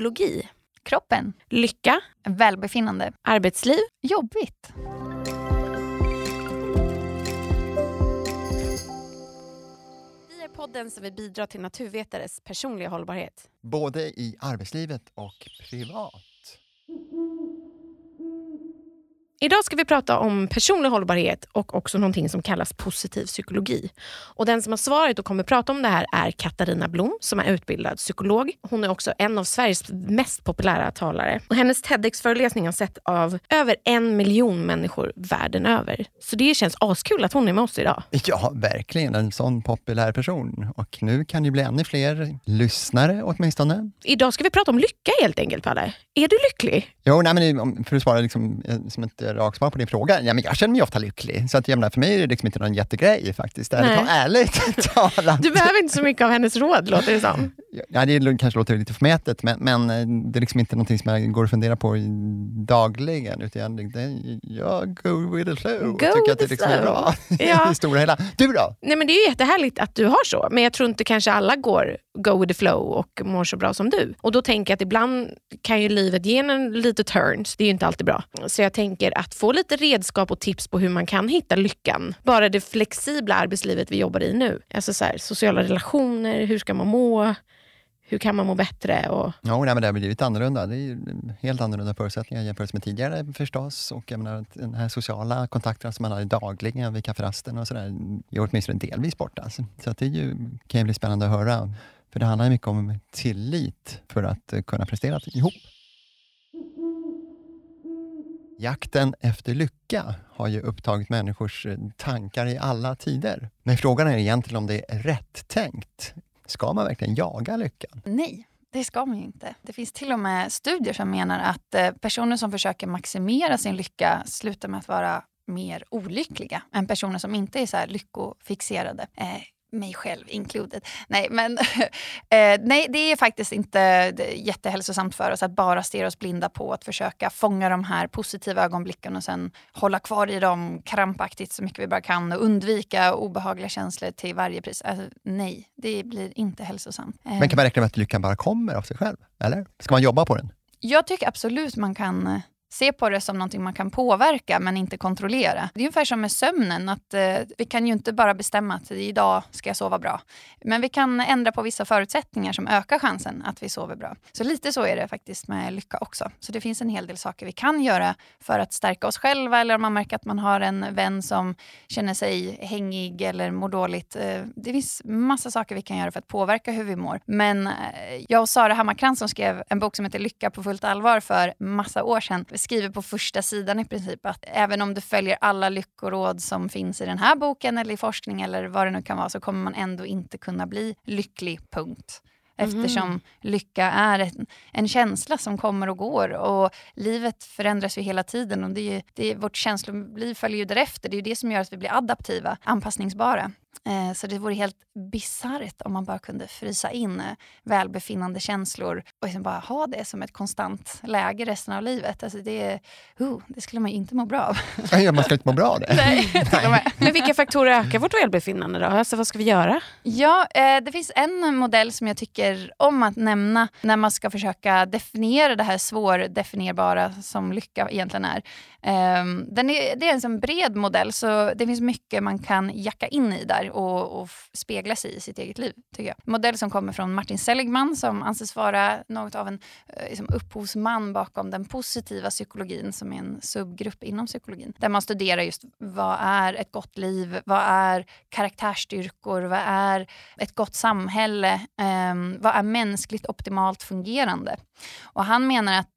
psykologi, kroppen, lycka, välbefinnande, arbetsliv, jobbigt. Vi är podden som vill bidra till naturvetares personliga hållbarhet. Både i arbetslivet och privat. Idag ska vi prata om personlig hållbarhet och också någonting som kallas positiv psykologi. Och den som har svarat och kommer prata om det här är Katarina Blom som är utbildad psykolog. Hon är också en av Sveriges mest populära talare. Och hennes TEDx-föreläsning har sett av över 1 miljon människor världen över. Så det känns askul att hon är med oss idag. Ja, verkligen. En sån populär person. Och nu kan det bli ännu fler lyssnare åtminstone. Idag ska vi prata om lycka helt enkelt, Palle. Är du lycklig? Jo, nej, men för att svara liksom, som ett rakt svar på din fråga. Ja, men jag känner mig ofta lycklig. Så att, jag menar, för mig är det liksom inte någon jättegrej faktiskt. Ärligt talat. Du behöver inte så mycket av hennes råd, låter det som. Ja, det kanske låter lite förmätet, men det är liksom inte någonting som jag går och funderar på dagligen. Utan jag go with the flow. Tycker att det liksom är bra. Ja. I stora hela. Du då? Nej, men det är ju jättehärligt att du har så. Men jag tror inte kanske alla go with the flow och mår så bra som du. Och då tänker jag att ibland kan ju livet ge en lite turns. Det är ju inte alltid bra. Så jag tänker att få lite redskap och tips på hur man kan hitta lyckan. Bara det flexibla arbetslivet vi jobbar i nu. Alltså så här, sociala relationer, hur ska man må? Hur kan man må bättre? Ja, men det har blivit annorlunda. Det är ju helt annorlunda förutsättningar jämfört med tidigare förstås. Och jag menar, den här sociala kontakterna som man har dagligen vid kafferasten och sådär, är åtminstone delvis borta. Så att det kan ju bli spännande att höra. För det handlar mycket om tillit för att kunna prestera ihop. Jakten efter lycka har ju upptagit människors tankar i alla tider. Men frågan är egentligen om det är rätt tänkt. Ska man verkligen jaga lyckan? Nej, det ska man ju inte. Det finns till och med studier som menar att personer som försöker maximera sin lycka slutar med att vara mer olyckliga än personer som inte är så här lyckofixerade. Mig själv included. Nej, men nej, det är faktiskt inte jättehälsosamt för oss att bara stirra oss blinda på att försöka fånga de här positiva ögonblicken och sen hålla kvar i dem krampaktigt så mycket vi bara kan och undvika obehagliga känslor till varje pris. Alltså, nej, det blir inte hälsosamt. Men kan man räkna med att lyckan bara kommer av sig själv? Eller? Ska man jobba på den? Jag tycker absolut man kan se på det som någonting man kan påverka men inte kontrollera. Det är ungefär som med sömnen. Att, vi kan ju inte bara bestämma att idag ska jag sova bra. Men vi kan ändra på vissa förutsättningar som ökar chansen att vi sover bra. Så lite så är det faktiskt med lycka också. Så det finns en hel del saker vi kan göra för att stärka oss själva. Eller om man märker att man har en vän som känner sig hängig eller mår dåligt. Det finns massa saker vi kan göra för att påverka hur vi mår. Men jag och Sara Hammarkrans som skrev en bok som heter Lycka på fullt allvar för massa år sedan skriver på första sidan i princip att även om du följer alla lyckoråd som finns i den här boken eller i forskning eller vad det nu kan vara så kommer man ändå inte kunna bli lycklig, punkt. Eftersom lycka är en känsla som kommer och går och livet förändras ju hela tiden och vårt känsloliv följer ju därefter. Det är ju det som gör att vi blir adaptiva, anpassningsbara. Så det vore helt bisarrt om man bara kunde frysa in välbefinnande känslor och liksom bara ha det som ett konstant läge resten av livet. Alltså det skulle man ju inte må bra av. Ja, man ska inte må bra av det. Nej, till och med. Men vilka faktorer ökar vårt välbefinnande då? Alltså vad ska vi göra? Ja, det finns en modell som jag tycker om att nämna när man ska försöka definiera det här svårdefinierbara som lycka egentligen är. Det är en bred modell så det finns mycket man kan jacka in i där och spegla sig i sitt eget liv, tycker jag. Modell som kommer från Martin Seligman som anses vara något av en upphovsman bakom den positiva psykologin som är en subgrupp inom psykologin. Där man studerar just vad är ett gott liv, vad är karaktärsstyrkor, vad är ett gott samhälle, vad är mänskligt optimalt fungerande. Och han menar att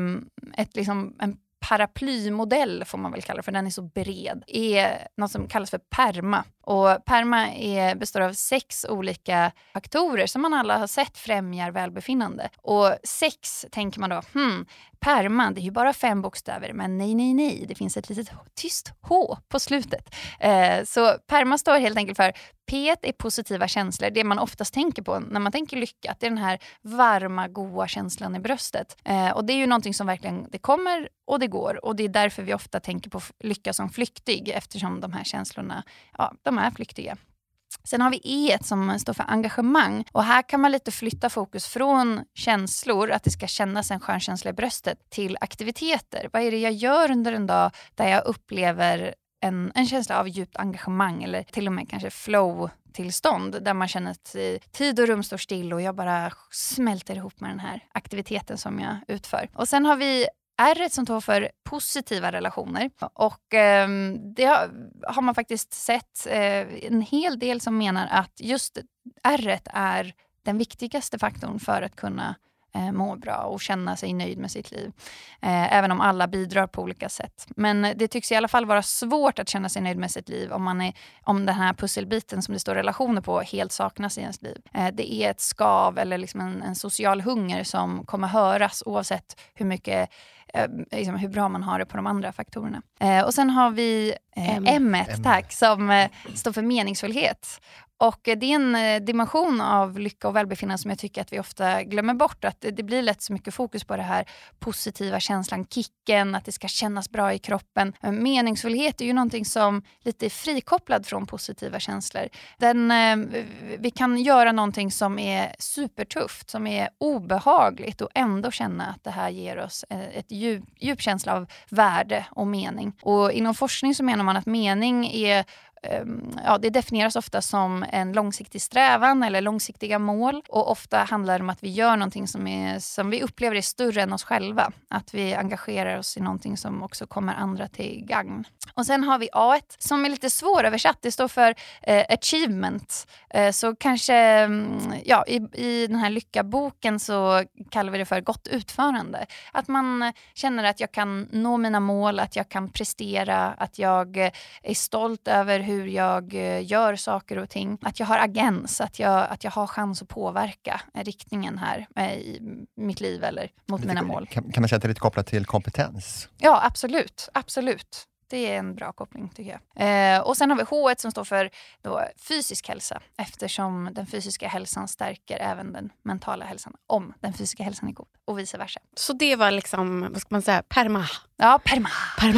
en paraplymodell får man väl kalla det, för den är så bred, är något som kallas för PERMA. Och PERMA består av 6 olika faktorer som man alla har sett främjar välbefinnande. Och 6 tänker man då, PERMA, det är ju bara 5 bokstäver, men nej, det finns ett litet tyst H på slutet. Så PERMA står helt enkelt för P är positiva känslor, det man oftast tänker på när man tänker lycka, att det är den här varma, goda känslan i bröstet. Och det är ju någonting som verkligen, det kommer och det går. Och det är därför vi ofta tänker på lycka som flyktig, eftersom de här känslorna, de är flyktiga. Sen har vi E som står för engagemang. Och här kan man lite flytta fokus från känslor, att det ska kännas en skön känsla i bröstet, till aktiviteter. Vad är det jag gör under en dag där jag upplever en känsla av djupt engagemang eller till och med kanske flow-tillstånd där man känner att tid och rum står still och jag bara smälter ihop med den här aktiviteten som jag utför. Och sen har vi R som står för positiva relationer. Och det har man faktiskt sett en hel del som menar att just R är den viktigaste faktorn för att kunna må bra och känna sig nöjd med sitt liv. Även om alla bidrar på olika sätt. Men det tycks i alla fall vara svårt att känna sig nöjd med sitt liv om den här pusselbiten som det står relationer på helt saknas i ens liv. Det är ett skav eller liksom en social hunger som kommer höras oavsett hur mycket hur bra man har det på de andra faktorerna. Och sen har vi M1, tack, som står för meningsfullhet. Och det är en dimension av lycka och välbefinnande som jag tycker att vi ofta glömmer bort. Att det blir lätt så mycket fokus på det här positiva känslan, kicken, att det ska kännas bra i kroppen. Meningsfullhet är ju någonting som lite är frikopplad från positiva känslor. Vi kan göra någonting som är supertufft, som är obehagligt och ändå känna att det här ger oss ett djup känsla av värde och mening. Och inom forskning så menar man att mening är det definieras ofta som en långsiktig strävan eller långsiktiga mål. Och ofta handlar det om att vi gör någonting som vi upplever är större än oss själva. Att vi engagerar oss i någonting som också kommer andra till gagn. Och sen har vi A1 som är lite svåröversatt. Det står för achievement. Så kanske i den här lyckaboken så kallar vi det för gott utförande. Att man känner att jag kan nå mina mål, att jag kan prestera, att jag är stolt över hur jag gör saker och ting. Att jag har agens, att jag har chans att påverka riktningen här i mitt liv eller mot mina mål. Kan man säga att det är lite kopplat till kompetens? Ja, absolut. Det är en bra koppling tycker jag. Och sen har vi H1 som står för fysisk hälsa. Eftersom den fysiska hälsan stärker även den mentala hälsan. Om den fysiska hälsan är god. Och vice versa. Så det var liksom, vad ska man säga, perma. Ja, perma.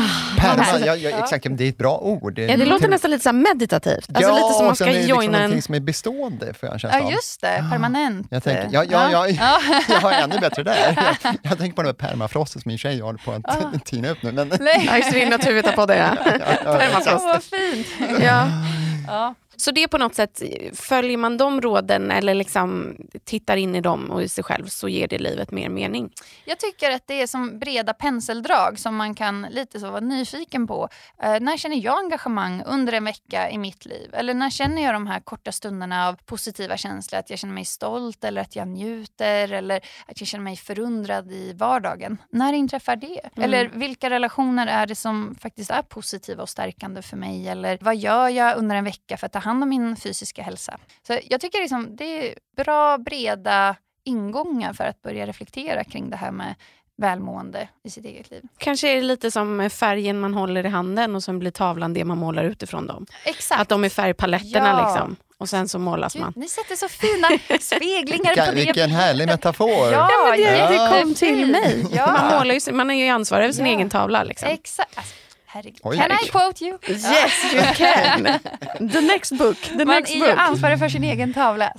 Exakt, det är ett bra ord. Det låter nästan lite så meditativt. Alltså lite som man ska joina liksom någonting som är bestående för en känsla av. Ja, just det. Permanent. Jag tänker, jag har ännu bättre där. Jag tänker på det med permafrost som min tjej håller på att tina upp nu. Men... Jag just rinner åt huvudet på det. Permafrost. Vad fint. Ja. Så det på något sätt, följer man de råden eller liksom tittar in i dem och i sig själv så ger det livet mer mening. Jag tycker att det är som breda penseldrag som man kan lite så vara nyfiken på. När känner jag engagemang under en vecka i mitt liv? Eller när känner jag de här korta stunderna av positiva känslor? Att jag känner mig stolt eller att jag njuter eller att jag känner mig förundrad i vardagen. När inträffar det? Eller vilka relationer är det som faktiskt är positiva och stärkande för mig? Eller vad gör jag under en vecka för att ta hand om min fysiska hälsa? Så jag tycker liksom, det är bra breda ingångar för att börja reflektera kring det här med välmående i sitt eget liv. Kanske är det lite som färgen man håller i handen och sen blir tavlan det man målar utifrån dem. Exakt. Att de är färgpaletterna liksom. Och sen så målas man. Ni sätter så fina speglingar på det. Vilken härlig metafor. Det kom till mig. Ja. Man är ju ansvarig över sin egen tavla liksom. Exakt. Can I quote you? Yes, you can. The next book. Man är ju ansvarig för sin egen tavla.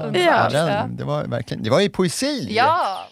Det var ju poesi. Ja.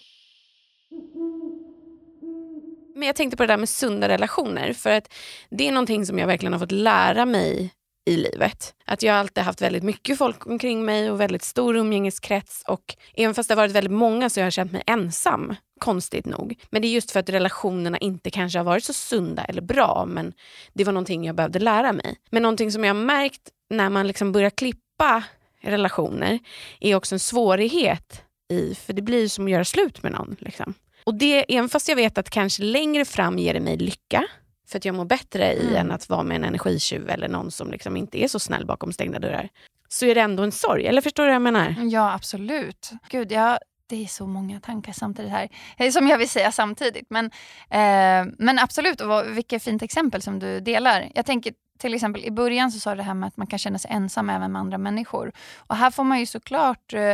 Men jag tänkte på det där med sunda relationer. För att det är någonting som jag verkligen har fått lära mig i livet. Att jag alltid haft väldigt mycket folk omkring mig och väldigt stor umgängeskrets. Och även fast det har varit väldigt många så har jag känt mig ensam. Konstigt nog. Men det är just för att relationerna inte kanske har varit så sunda eller bra. Men det var någonting jag behövde lära mig. Men någonting som jag har märkt när man liksom börjar klippa relationer är också en svårighet i. För det blir som att göra slut med någon. Liksom. Och det, även fast jag vet att kanske längre fram ger det mig lycka. För att jag mår bättre i än att vara med en energitjuv eller någon som liksom inte är så snäll bakom stängda dörrar. Så är det ändå en sorg. Eller förstår du vad jag menar? Ja, absolut. Gud, det är så många tankar samtidigt här. Som jag vill säga samtidigt. Men absolut, och vilket fint exempel som du delar. Jag tänker till exempel i början så sa det här med att man kan känna sig ensam även med andra människor. Och här får man ju såklart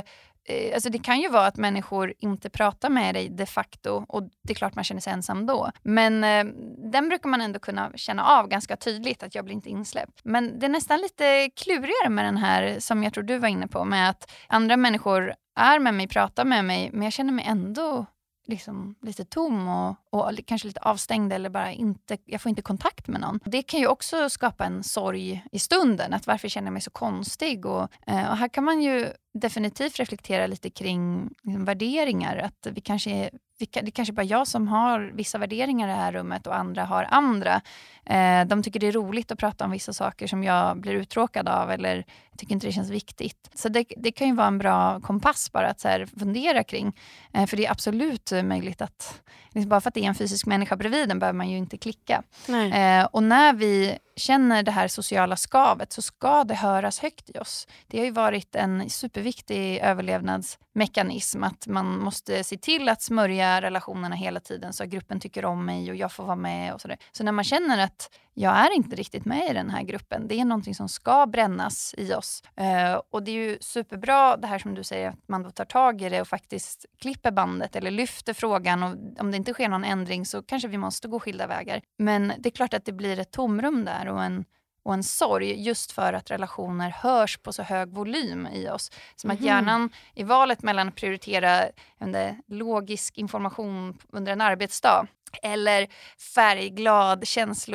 alltså det kan ju vara att människor inte pratar med dig de facto och det är klart man känner sig ensam då. Men den brukar man ändå kunna känna av ganska tydligt att jag blir inte insläppt. Men det är nästan lite klurigare med den här som jag tror du var inne på, med att andra människor är med mig, pratar med mig, men jag känner mig ändå liksom lite tom och kanske lite avstängd eller bara jag får inte kontakt med någon. Det kan ju också skapa en sorg i stunden, att varför känner jag mig så konstig och här kan man ju definitivt reflektera lite kring liksom, värderingar, att det är kanske bara jag som har vissa värderingar i det här rummet och andra har andra. De tycker det är roligt att prata om vissa saker som jag blir uttråkad av eller jag tycker inte det känns viktigt. Så det kan ju vara en bra kompass bara att så här fundera kring. För det är absolut möjligt att liksom bara för att det är en fysisk människa bredvid den behöver man ju inte klicka. Och när vi känner det här sociala skavet så ska det höras högt i oss. Det har ju varit en superviktig överlevnadsmekanism att man måste se till att smörja relationerna hela tiden så att gruppen tycker om mig och jag får vara med och sådär. Så när man känner att jag är inte riktigt med i den här gruppen, det är någonting som ska brännas i oss. Och det är ju superbra det här som du säger att man då tar tag i det och faktiskt klipper bandet eller lyfter frågan och om det inte sker någon ändring så kanske vi måste gå skilda vägar. Men det är klart att det blir ett tomrum där och en sorg just för att relationer hörs på så hög volym i oss. Som att hjärnan i valet mellan att prioritera logisk information under en arbetsdag eller färgglad,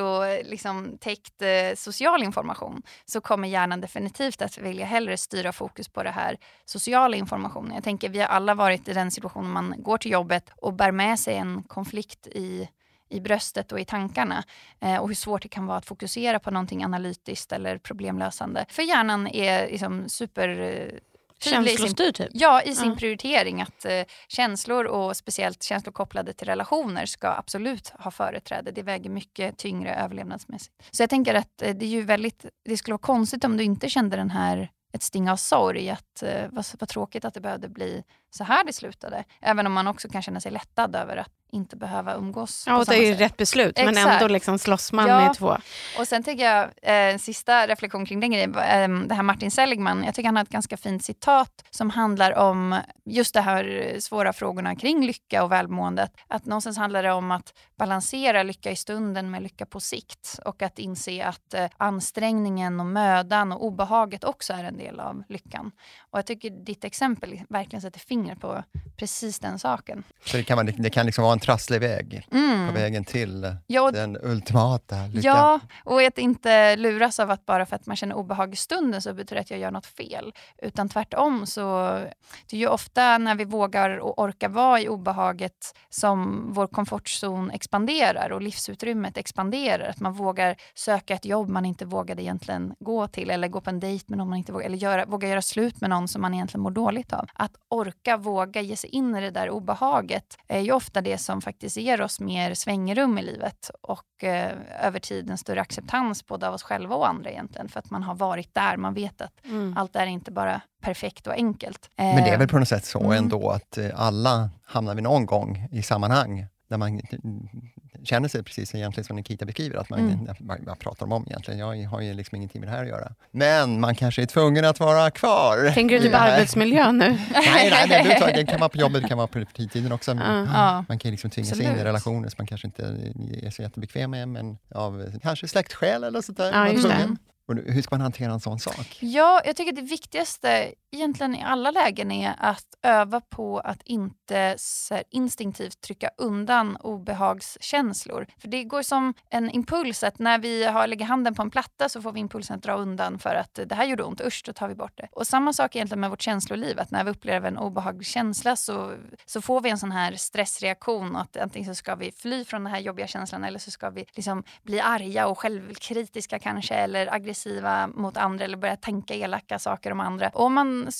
täckt social information så kommer hjärnan definitivt att vilja hellre styra fokus på det här sociala informationen. Jag tänker vi har alla varit i den situationen man går till jobbet och bär med sig en konflikt i bröstet och i tankarna och hur svårt det kan vara att fokusera på någonting analytiskt eller problemlösande. För hjärnan är liksom känslostyrd typ? Ja, i sin prioritering att känslor och speciellt känslor kopplade till relationer ska absolut ha företräde. Det väger mycket tyngre överlevnadsmässigt. Så jag tänker att det skulle vara konstigt om du inte kände ett sting av sorg, att vad tråkigt att det behövde bli så här det slutade. Även om man också kan känna sig lättad över att inte behöva umgås. Ja, och det är ju rätt beslut, men ändå liksom slåss man med två. Och sen tänker jag, sista reflektion kring den grejen, det här Martin Seligman, jag tycker han har ett ganska fint citat som handlar om just det här svåra frågorna kring lycka och välmåendet. Att någonstans handlar det om att balansera lycka i stunden med lycka på sikt och att inse att ansträngningen och mödan och obehaget också är en del av lyckan. Och jag tycker ditt exempel verkligen sätter fingret på precis den saken. Så det kan liksom vara en trasslig väg på vägen till den ultimata lyckan. Ja, och att inte luras av att bara för att man känner obehag i stunden så betyder det att jag gör något fel. Utan tvärtom så det är ju ofta när vi vågar och orkar vara i obehaget som vår komfortzon expanderar och livsutrymmet expanderar. Att man vågar söka ett jobb man inte vågade egentligen gå till eller gå på en dejt med någon man inte vågar, eller våga göra slut med någon som man egentligen mår dåligt av. Att våga ge sig in i det där obehaget är ju ofta det som faktiskt ger oss mer svängrum i livet och över tid en större acceptans både av oss själva och andra egentligen, för att man har varit där, man vet att allt är inte bara perfekt och enkelt. Men det är väl på något sätt så ändå att alla hamnar vi någon gång i sammanhang där man känner sig precis egentligen som Nikita beskriver, att vad pratar om egentligen? Jag har ju liksom ingenting med det här att göra. Men man kanske är tvungen att vara kvar. Tänker du typ arbetsmiljö nu? Nej, det kan vara på jobbet, det kan vara på fritiden också. Man kan ju liksom tvinga sig in i relationer som man kanske inte är så jättebekväm med, men av kanske släktskäl eller sånt där. Ja, just det. Och hur ska man hantera en sån sak? Ja, jag tycker det viktigaste egentligen i alla lägen är att öva på att inte så instinktivt trycka undan obehagskänslor. För det går som en impuls att när vi lägger handen på en platta så får vi impulsen att dra undan för att det här gjorde ont, då tar vi bort det. Och samma sak egentligen med vårt känsloliv, att när vi upplever en obehaglig känsla så får vi en sån här stressreaktion, att antingen så ska vi fly från den här jobbiga känslan eller så ska vi liksom bli arga och självkritiska kanske, eller aggressiva mot andra eller börja tänka elaka saker om andra. Och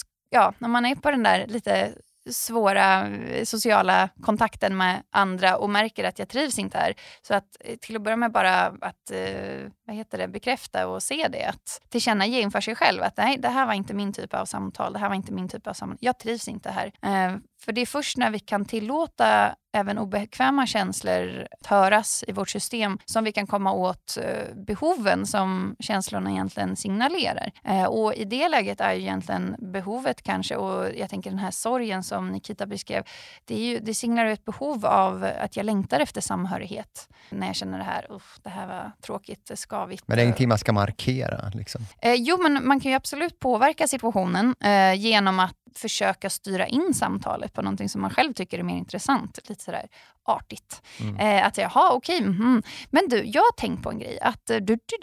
när man är på den där lite svåra sociala kontakten med andra och märker att jag trivs inte här, så att till att börja med bara att bekräfta och se det, att tillkännage inför sig själv att nej, det här var inte min typ av samtal, det här var inte min typ av samtal, jag trivs inte här. För det är först när vi kan tillåta även obekväma känslor höras i vårt system, som vi kan komma åt behoven som känslorna egentligen signalerar. Och i det läget är ju egentligen behovet kanske, och jag tänker den här sorgen som Nikita beskrev, det signalerar ett behov av att jag längtar efter samhörighet. När jag känner det här, det här var tråkigt, skavigt. Men det är ingenting man ska markera liksom? Jo, men man kan ju absolut påverka situationen genom att försöka styra in samtalet på någonting som man själv tycker är mer intressant. Lite sådär artigt. Att säga, okej. Men du, jag har tänkt på en grej. Att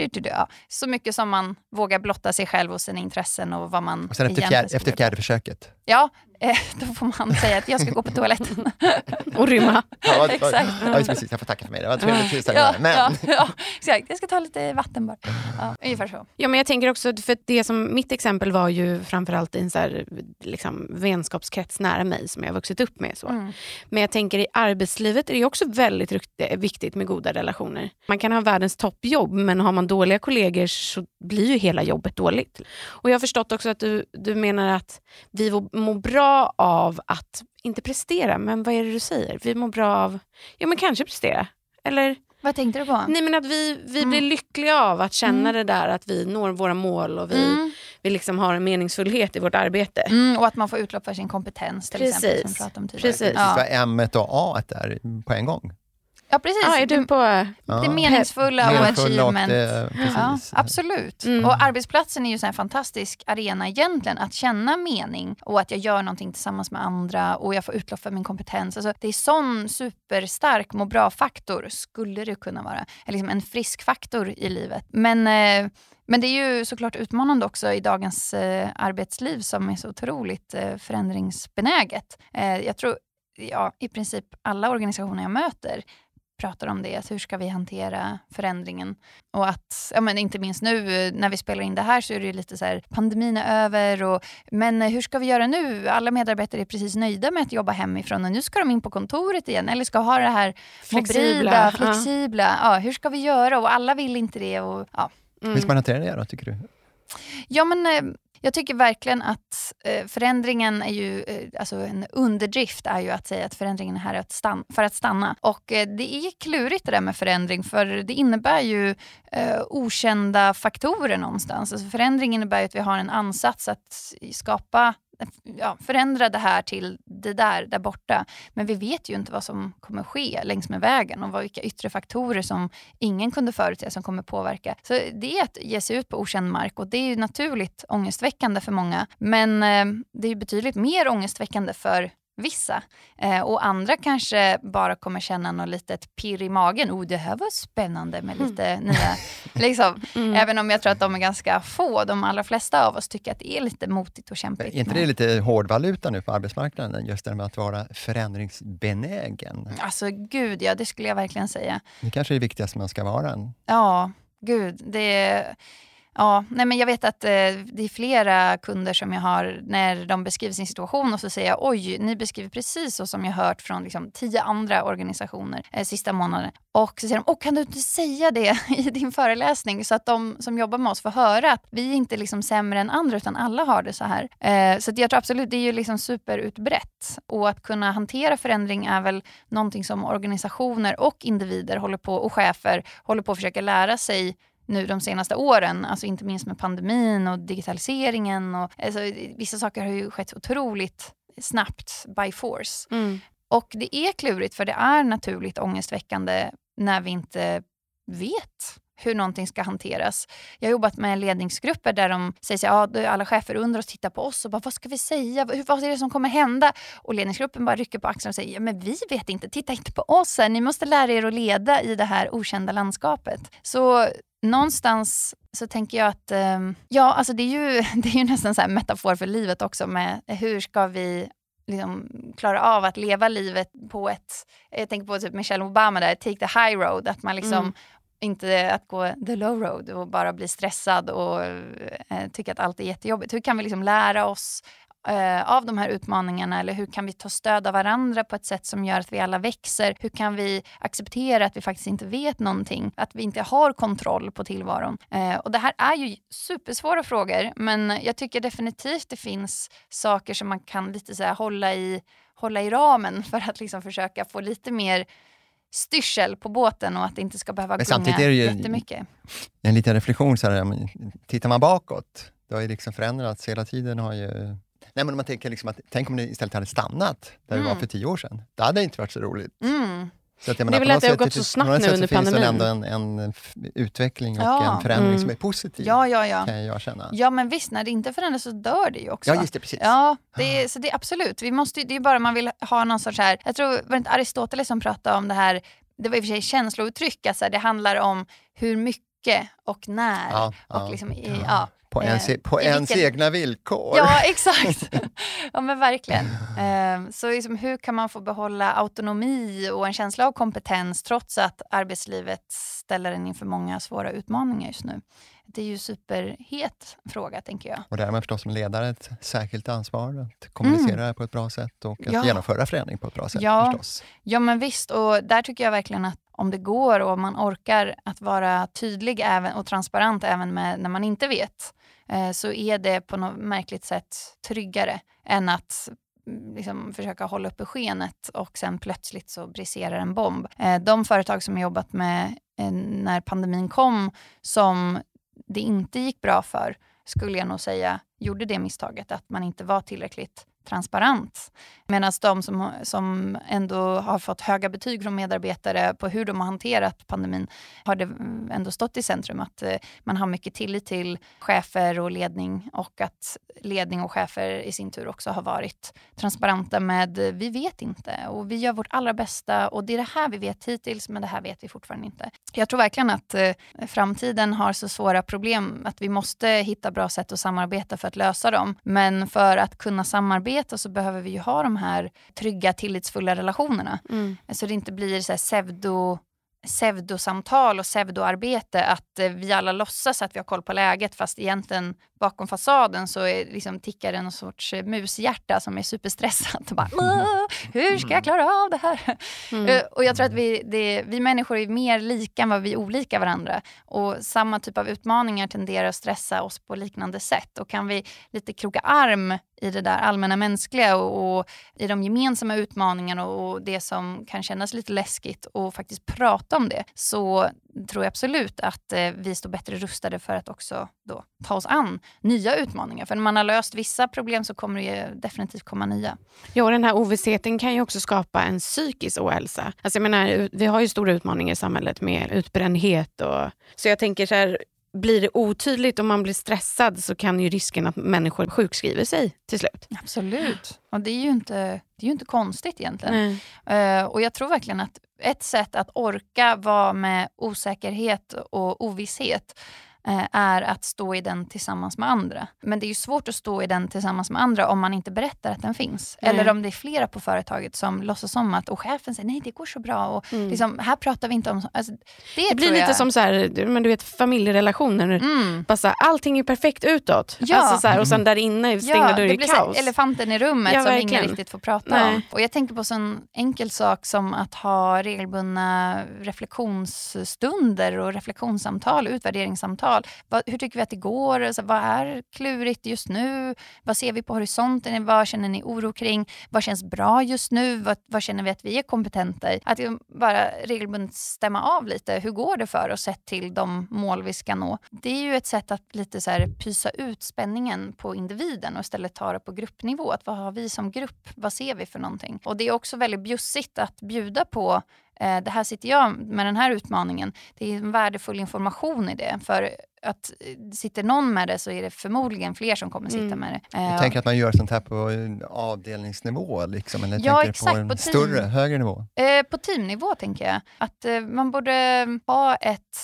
så mycket som man vågar blotta sig själv och sina intressen och vad man... Och sen efter fjärde försöket? Ja, då får man säga att jag ska gå på toaletten. Och rymma. Ja, exakt. Ja, precis, jag får tacka för mig. Det var trevligt. Ja, exakt. Jag ska ta lite vatten bara. Ja, ungefär så. Ja, men jag tänker också, för det som mitt exempel var ju framförallt i en så här, liksom, vänskapskrets nära mig som jag har vuxit upp med. Så. Men jag tänker i arbetslivet är det också väldigt viktigt med goda relationer. Man kan ha världens toppjobb, men har man dåliga kollegor så blir ju hela jobbet dåligt. Och jag har förstått också att du menar att vi mår bra av att inte prestera, men vad är det du säger? Vi mår bra av, men kanske prestera. Eller... Vad tänkte du på? Nej, men att vi blir lyckliga av att känna det där, att vi når våra mål och vi liksom har en meningsfullhet i vårt arbete. Och att man får utlopp för sin kompetens till exempel, som vi pratade om tidigare. Precis. Ja. M-et och A-et där på en gång. Ja, precis. Är du på... Det meningsfulla och achievement. Ja, absolut. Och arbetsplatsen är ju en fantastisk arena egentligen, att känna mening och att jag gör någonting tillsammans med andra och jag får utlopp för min kompetens. Alltså, det är sån superstark må bra-faktor skulle det kunna vara. Liksom en frisk faktor i livet. Men det är ju såklart utmanande också i dagens arbetsliv som är så otroligt förändringsbenäget. Jag tror i princip alla organisationer jag möter pratar om det, att hur ska vi hantera förändringen, och att, men inte minst nu när vi spelar in det här så är det ju lite så här, pandemin är över men hur ska vi göra nu? Alla medarbetare är precis nöjda med att jobba hemifrån och nu ska de in på kontoret igen, eller ska ha det här flexibla. Ja, hur ska vi göra? Och alla vill inte det. Hur ska man hantera det då, tycker du? Ja, men jag tycker verkligen att förändringen är ju, alltså en underdrift är ju att säga att förändringen är här för att stanna. Och det är klurigt det där med förändring, för det innebär ju okända faktorer någonstans. Alltså förändring innebär ju att vi har en ansats att förändra det här till det där borta. Men vi vet ju inte vad som kommer ske längs med vägen och vilka yttre faktorer som ingen kunde förutse som kommer påverka. Så det är att ge sig ut på okänd mark, och det är ju naturligt ångestväckande för många. Men det är ju betydligt mer ångestväckande för vissa. Och andra kanske bara kommer känna något litet pirr i magen. Det här var spännande med lite nya... liksom. Även om jag tror att de är ganska få. De allra flesta av oss tycker att det är lite motigt och kämpigt. Är inte det lite hårdvaluta nu på arbetsmarknaden? Just det med att vara förändringsbenägen. Alltså gud, ja, det skulle jag verkligen säga. Det kanske är det viktigaste man ska vara. Ja, gud. Men jag vet att det är flera kunder som jag har när de beskriver sin situation, och så säger jag, oj, ni beskriver precis så som jag hört från liksom 10 andra organisationer sista månaden. Och så säger de, kan du inte säga det i din föreläsning så att de som jobbar med oss får höra att vi är inte liksom sämre än andra, utan alla har det så här. Så att jag tror absolut, det är ju liksom superutbrett. Och att kunna hantera förändring är väl någonting som organisationer och individer och chefer håller på att försöka lära sig nu de senaste åren, alltså inte minst med pandemin och digitaliseringen. Alltså, vissa saker har ju skett otroligt snabbt by force. Och det är klurigt, för det är naturligt ångestväckande när vi inte vet hur någonting ska hanteras. Jag har jobbat med ledningsgrupper där de säger att alla chefer under oss tittar på oss och bara, vad ska vi säga? Vad är det som kommer hända? Och ledningsgruppen bara rycker på axlarna och säger, men vi vet inte, titta inte på oss här. Ni måste lära er att leda i det här okända landskapet. Så någonstans så tänker jag att alltså det är ju nästan så här metafor för livet också, med hur ska vi liksom klara av att leva livet på jag tänker på typ Michelle Obama där, take the high road, att man liksom inte att gå the low road och bara bli stressad och tycka att allt är jättejobbigt. Hur kan vi liksom lära oss av de här utmaningarna, eller hur kan vi ta stöd av varandra på ett sätt som gör att vi alla växer? Hur kan vi acceptera att vi faktiskt inte vet någonting, att vi inte har kontroll på tillvaron? Och det här är ju supersvåra hålla i hålla i ramen för att liksom försöka få lite mer styrsel på båten och att det inte ska behöva gunga jättemycket. En liten reflektion så här, tittar man bakåt, det har ju liksom förändrats hela tiden. Nej, men man tänker liksom att, tänk om det istället hade stannat där det var för 10 år sedan. Det hade inte varit så roligt. Så att, det är väl att det har gått så snabbt nu under pandemin. Det finns ändå en utveckling och en förändring som är positiv. Ja. Kan jag känna. Ja, men visst, när det inte förändras så dör det ju också. Ja, just det, precis. Ja, så det är absolut. Det är ju bara man vill ha någon sorts här, jag tror var det inte Aristoteles som pratade om det här, det var i och för sig känslouttryck, alltså det handlar om hur mycket och när. Och liksom på ens egna villkor. Ja, exakt. Ja, men verkligen. Så liksom, hur kan man få behålla autonomi och en känsla av kompetens trots att arbetslivet ställer en inför många svåra utmaningar just nu? Det är ju superhet fråga, tänker jag. Och där har man förstås som ledare ett särskilt ansvar att kommunicera på ett bra sätt och att genomföra förändring på ett bra sätt förstås. Ja, men visst. Och där tycker jag verkligen att om det går och man orkar att vara tydlig och transparent även med när man inte vet, så är det på något märkligt sätt tryggare än att liksom försöka hålla uppe skenet och sen plötsligt så briserar en bomb. De företag som jag jobbat med när pandemin kom som det inte gick bra för, skulle jag nog säga, gjorde det misstaget att man inte var tillräckligt transparent. Medan de som ändå har fått höga betyg från medarbetare på hur de har hanterat pandemin har det ändå stått i centrum att man har mycket tillit till chefer och ledning och att ledning och chefer i sin tur också har varit transparenta med vi vet inte och vi gör vårt allra bästa och det är det här vi vet hittills men det här vet vi fortfarande inte. Jag tror verkligen att framtiden har så svåra problem att vi måste hitta bra sätt att samarbeta för att lösa dem. Men för att kunna samarbeta så behöver vi ju ha de här trygga, tillitsfulla relationerna. Så det inte blir så här pseudosamtal och pseudoarbete att vi alla låtsas att vi har koll på läget fast egentligen bakom fasaden så är liksom tickar en sorts mushjärta som är superstressat och bara hur ska jag klara av det här? Och jag tror att vi människor är mer lika än vad vi är olika varandra och samma typ av utmaningar tenderar att stressa oss på liknande sätt och kan vi lite kroka arm i det där allmänna mänskliga och i de gemensamma utmaningarna och det som kan kännas lite läskigt och faktiskt prata om det så tror jag absolut att vi står bättre rustade för att också då ta oss an nya utmaningar. För när man har löst vissa problem så kommer det definitivt komma nya. Ja, och den här ovissheten kan ju också skapa en psykisk ohälsa. Alltså jag menar, vi har ju stora utmaningar i samhället med utbrändhet så jag tänker så här, blir det otydligt och man blir stressad så kan ju risken att människor sjukskriver sig till slut. Absolut. Och det är ju inte konstigt egentligen. Och jag tror verkligen att ett sätt att orka vara med osäkerhet och ovisshet är att stå i den tillsammans med andra. Men det är ju svårt att stå i den tillsammans med andra om man inte berättar att den finns. Eller om det är flera på företaget som låtsas om att och chefen säger nej det går så bra och liksom, här pratar vi inte om alltså, det blir lite som så här, men du vet familjerelationer. Bara så här, allting är perfekt utåt. Ja. Alltså så här, och sen där inne stängda dörrar i kaos. Så elefanten i rummet som ingen riktigt får prata om. Och jag tänker på sån enkel sak som att ha regelbundna reflektionsstunder och reflektionssamtal, utvärderingssamtal. Hur tycker vi att det går? Alltså, vad är klurigt just nu? Vad ser vi på horisonten? Vad känner ni oro kring? Vad känns bra just nu? Vad känner vi att vi är kompetenta i? Att bara regelbundet stämma av lite. Hur går det för oss sett till de mål vi ska nå? Det är ju ett sätt att lite så här pysa ut spänningen på individen och istället ta det på gruppnivå. Att vad har vi som grupp? Vad ser vi för någonting? Och det är också väldigt bjussigt att bjuda på det här sitter jag med den här utmaningen. Det är en värdefull information i det. För att sitter någon med det så är det förmodligen fler som kommer sitta med det. Jag tänker att man gör sånt här på avdelningsnivå liksom, eller exakt, på en större, högre nivå? På teamnivå tänker jag. Att man borde ha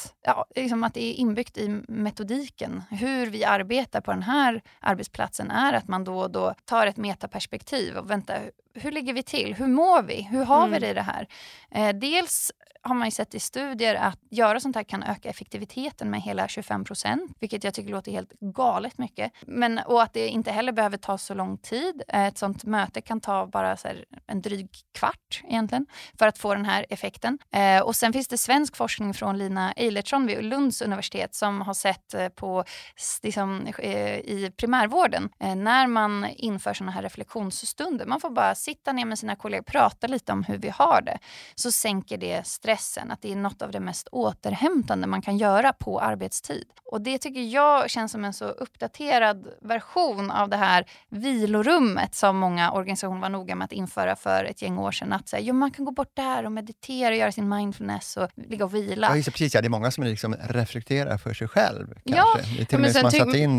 liksom att det är inbyggt i metodiken. Hur vi arbetar på den här arbetsplatsen är att man då och då tar ett metaperspektiv och vänta, hur ligger vi till? Hur mår vi? Hur har vi det i det här? Dels har man ju sett i studier att göra sånt här kan öka effektiviteten med hela 25%, vilket jag tycker låter helt galet mycket. Och att det inte heller behöver ta så lång tid. Ett sånt möte kan ta bara så här en dryg kvart egentligen för att få den här effekten. Och sen finns det svensk forskning från Lina Eilertsson vid Lunds universitet som har sett på liksom, i primärvården när man inför såna här reflektionsstunder. Man får bara sitta ner med sina kollegor och prata lite om hur vi har det. Så sänker det stressen. Att det är något av det mest återhämtande man kan göra på arbetstid. Och det tycker jag känns som en så uppdaterad version av det här vilorummet som många organisationer var noga med att införa för ett gäng år sedan. Att säga, man kan gå bort där och meditera och göra sin mindfulness och ligga och vila. Ja, precis. Ja, det är många som liksom reflekterar för sig själv. Kanske. Ja, det är till och med som man satt in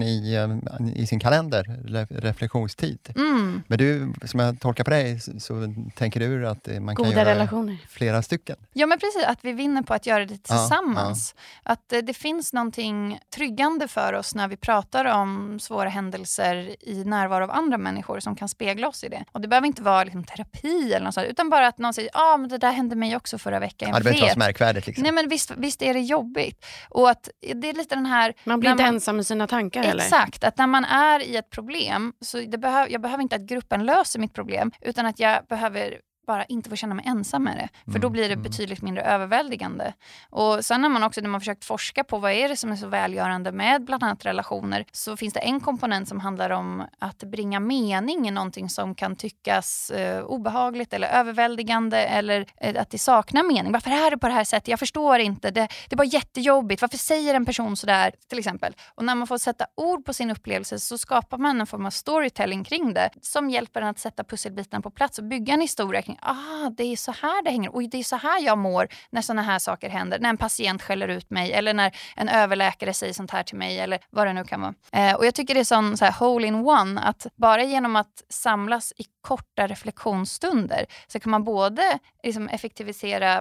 i sin kalender, reflektionstid. Men du, som jag tolkar på dig, så tänker du att man kan göra relationer. Flera stycken? Ja, men precis. Att vi vinner på att göra det tillsammans. Ja. Att det finns någonting tryggande för oss när vi pratar om svåra händelser i närvaro av andra människor som kan spegla oss i det. Och det behöver inte vara liksom terapi eller något sånt, utan bara att någon säger, men det där hände mig också förra veckan. Det behöver inte vara så märkvärdigt. Liksom. Nej, men visst är det jobbigt. Och att det är lite den här... Man blir inte ensam med sina tankar, eller? Exakt. Att när man är i ett problem, så jag behöver inte att gruppen löser mitt problem, utan att jag behöver bara inte få känna mig ensam med det. För då blir det betydligt mindre överväldigande. Och sen när man försökt forska på vad är det som är så välgörande med bland annat relationer, så finns det en komponent som handlar om att bringa mening i någonting som kan tyckas obehagligt eller överväldigande, eller att det saknar mening. Varför är det på det här sättet? Jag förstår inte. Det är bara jättejobbigt. Varför säger en person sådär? Till exempel. Och när man får sätta ord på sin upplevelse så skapar man en form av storytelling kring det som hjälper en att sätta pusselbitarna på plats och bygga en historia kring det är så här det hänger. Och det är så här jag mår när såna här saker händer. När en patient skäller ut mig, eller när en överläkare säger sånt här till mig, eller vad det nu kan vara. Och jag tycker det är sån så här hole in one, att bara genom att samlas i korta reflektionsstunder så kan man både liksom effektivisera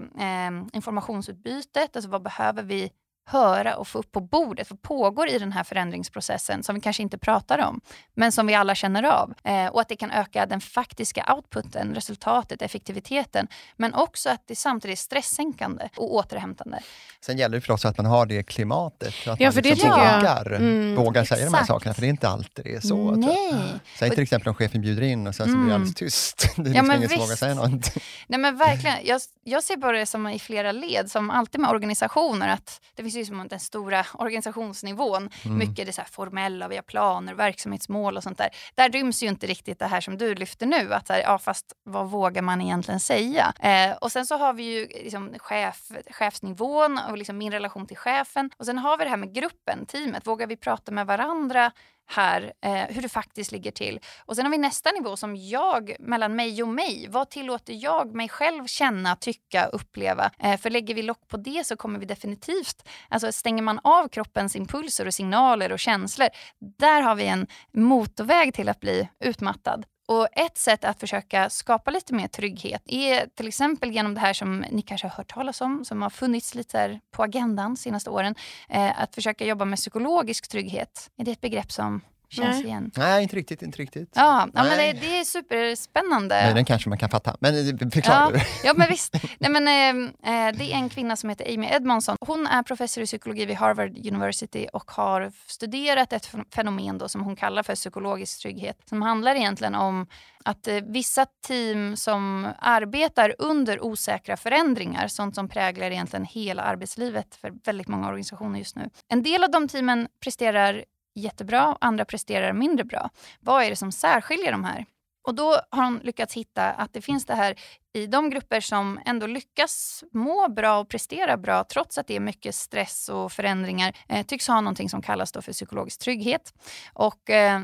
informationsutbytet, alltså vad behöver vi höra och få upp på bordet, vad pågår i den här förändringsprocessen som vi kanske inte pratar om, men som vi alla känner av. Och att det kan öka den faktiska outputen, resultatet, effektiviteten, men också att det samtidigt är stresssänkande och återhämtande. Sen gäller det förstås att man har det klimatet, att ja, man för liksom det vågar säga de här sakerna, för det är inte alltid det är så. Nej. Säg till exempel om chefen bjuder in och sen så blir det alldeles tyst. Det är liksom ingen som vågar säga något. Nej, men verkligen, jag ser bara det som i flera led, som alltid med organisationer, att det finns ju som den stora organisationsnivån, mycket det så här formella, vi har planer, verksamhetsmål och sånt där. Där ryms ju inte riktigt det här som du lyfter nu, att så här, fast vad vågar man egentligen säga? Och sen så har vi ju liksom chefsnivån och liksom min relation till chefen, och sen har vi det här med gruppen, teamet, vågar vi prata med varandra här, hur det faktiskt ligger till. Och sen har vi nästa nivå som mellan mig och mig. Vad tillåter jag mig själv känna, tycka, uppleva? För lägger vi lock på det så kommer vi definitivt, alltså stänger man av kroppens impulser och signaler och känslor, där har vi en motorväg till att bli utmattad. Och ett sätt att försöka skapa lite mer trygghet är till exempel genom det här som ni kanske har hört talas om, som har funnits lite här på agendan senaste åren, att försöka jobba med psykologisk trygghet. Är det ett begrepp som känns igen? Nej, inte riktigt. Ja, men det är superspännande. Nej, den kanske man kan fatta. Men förklara du. Ja, men visst. Nej, men, det är en kvinna som heter Amy Edmondson. Hon är professor i psykologi vid Harvard University och har studerat ett fenomen då som hon kallar för psykologisk trygghet. Som handlar egentligen om att vissa team som arbetar under osäkra förändringar, sånt som präglar egentligen hela arbetslivet för väldigt många organisationer just nu. En del av de teamen presterar jättebra och andra presterar mindre bra. Vad är det som särskiljer de här? Och då har hon lyckats hitta att det finns det här i de grupper som ändå lyckas må bra och prestera bra trots att det är mycket stress och förändringar, tycks ha någonting som kallas då för psykologisk trygghet. Och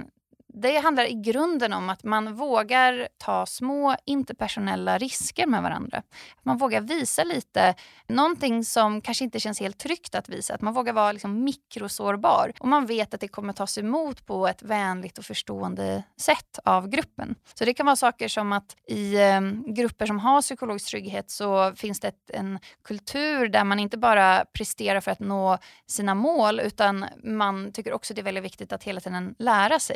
det handlar i grunden om att man vågar ta små interpersonella risker med varandra. Att man vågar visa lite någonting som kanske inte känns helt tryggt att visa. Att man vågar vara liksom mikrosårbar. Och man vet att det kommer tas emot på ett vänligt och förstående sätt av gruppen. Så det kan vara saker som att i grupper som har psykologisk trygghet så finns det en kultur där man inte bara presterar för att nå sina mål, utan man tycker också det är väldigt viktigt att hela tiden lära sig.